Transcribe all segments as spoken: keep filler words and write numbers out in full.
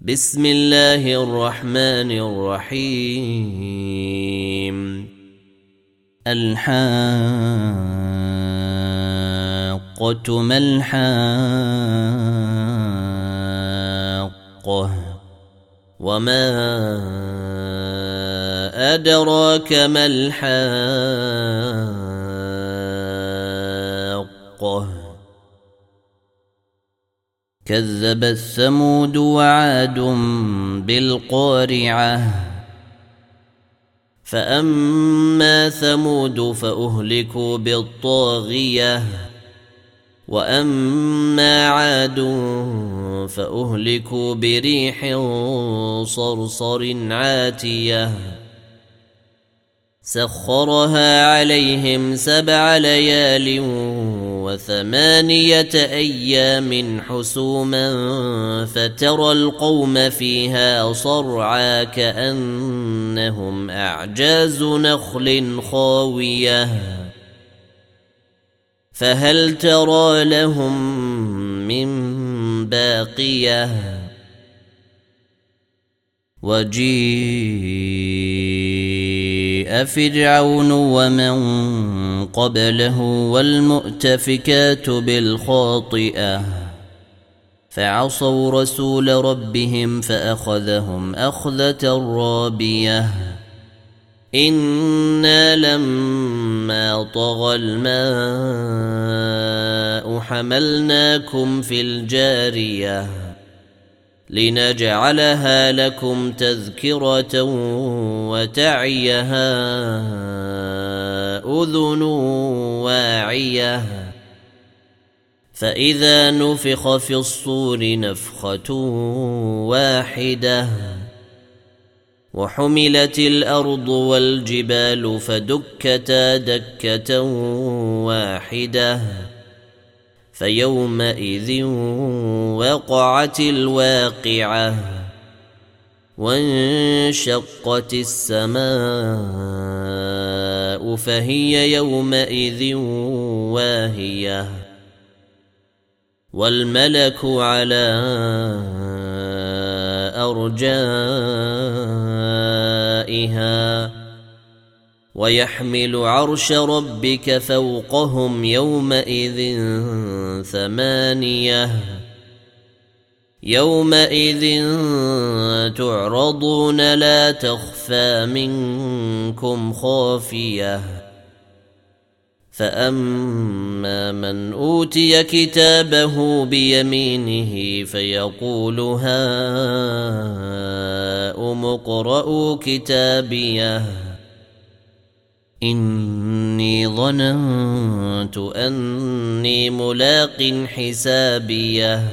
بسم الله الرحمن الرحيم. الحاقة ما الحاقة وما أدراك ما الحاقة كذبت ثمود وعاد بالقارعة فأما ثمود فأهلكوا بالطاغية وأما عاد فأهلكوا بريح صرصر عاتية سخرها عليهم سبع ليال وثمانية أيام حسوما فترى القوم فيها صرعى كأنهم أعجاز نخل خاوية فهل ترى لهم من باقية وجيء فرعون ومن قبله والمؤتفكات بالخاطئة فعصوا رسول ربهم فأخذهم أخذة رابية إنا لما طغى الماء حملناكم في الجارية لنجعلها لكم تذكرة وتعيها أذن واعية فإذا نفخ في الصور نفخة واحدة وحملت الأرض والجبال فدكتا دكة واحدة فيومئذ وقعت الواقعة وانشقت السماء فهي يومئذ واهية والملك على أرجائها ويحمل عرش ربك فوقهم يومئذ ثمانية يومئذ تعرضون لا تخفى منكم خافية فأما من أوتي كتابه بيمينه فيقول هاؤم اقرءوا كتابيه إني ظننت أني ملاق حسابيه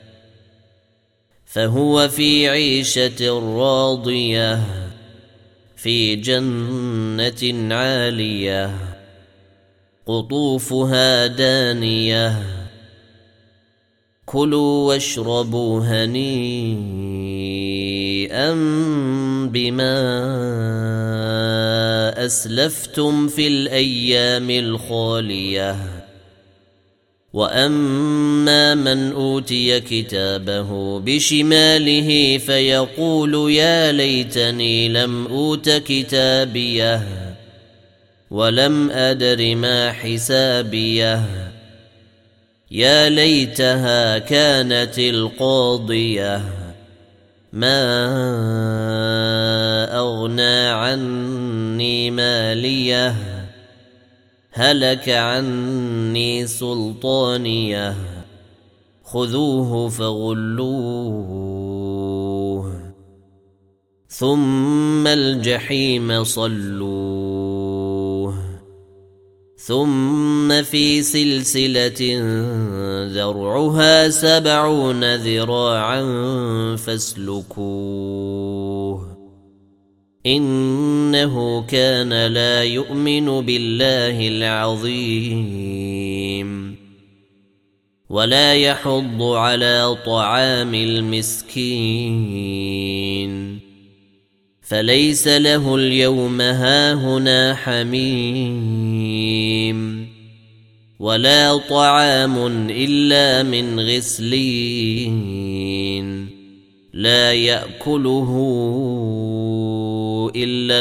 فهو في عيشة راضية في جنة عالية قطوفها دانية كلوا واشربوا هنيئا بما أسلفتم في الأيام الخالية وأما من أوتي كتابه بشماله فيقول يا ليتني لم أوت كتابيه ولم أدر ما حسابيه يا ليتها كانت القاضية ما أغنى عني ماليه هلك عني سلطانيه خذوه فغلوه ثم الجحيم صلوه ثم في سلسلة ذرعها سبعون ذراعا فاسلكوه إنه كان لا يؤمن بالله العظيم ولا يحض على طعام المسكين فليس له اليوم هاهنا حميم ولا طعام إلا من غسلين لا يأكله إلا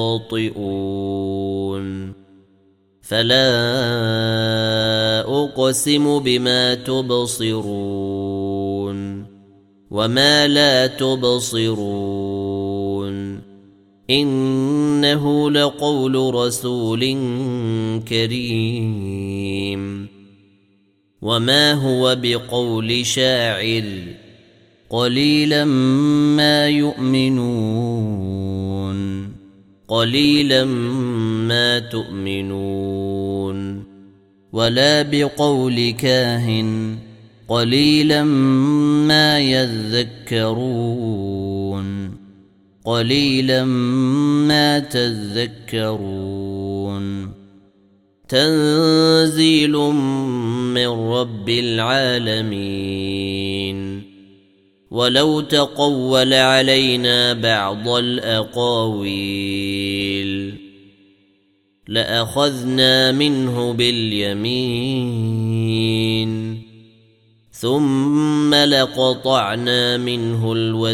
الخاطئون فلا أقسم بما تبصرون وما لا تبصرون إنه لقول رسول كريم وما هو بقول شاعر قليلا ما يؤمنون قليلا ما تؤمنون ولا بقول كاهن قليلا ما يذكرون قليلا ما تذكرون تنزيل من رب العالمين ولو تقول علينا بعض الأقاويل لأخذنا منه باليمين ثم لقطعنا منه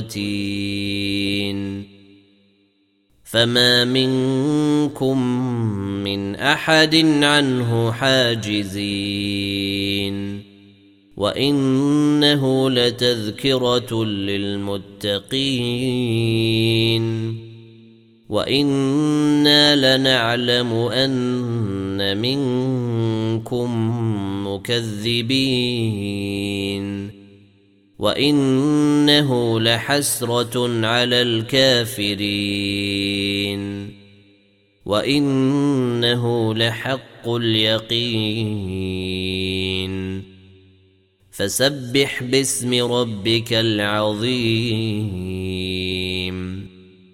الوتين فما منكم من أحد عنه حاجزين وإنه لتذكرة للمتقين وإنا لنعلم أن منكم مكذبين وإنه لحسرة على الكافرين وإنه لحق اليقين فسبح باسم ربك العظيم